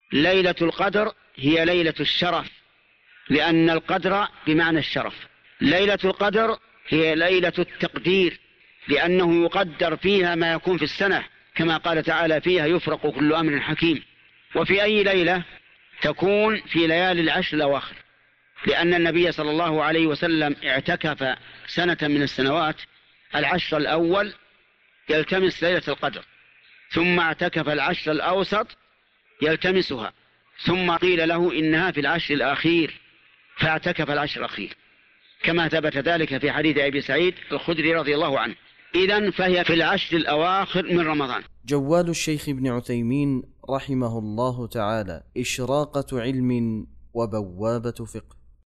ليلة القدر هي ليلة الشرف، لأن القدر بمعنى الشرف. ليلة القدر هي ليلة التقدير، لأنه يقدر فيها ما يكون في السنة، كما قال تعالى فيها يفرق كل أمر حكيم. وفي أي ليلة تكون؟ في ليالي العشر الأواخر، لأن النبي صلى الله عليه وسلم اعتكف سنة من السنوات العشر الأول يلتمس ليلة القدر، ثم اعتكف العشر الأوسط يلتمسها، ثم قيل له إنها في العشر الأخير فاعتكف العشر الأخير، كما ثبت ذلك في حديث أبي سعيد الخدري رضي الله عنه. إذن فهي في العشر الأواخر من رمضان. جوال الشيخ ابن عثيمين رحمه الله تعالى: إشراقة علم وبوابة فقه.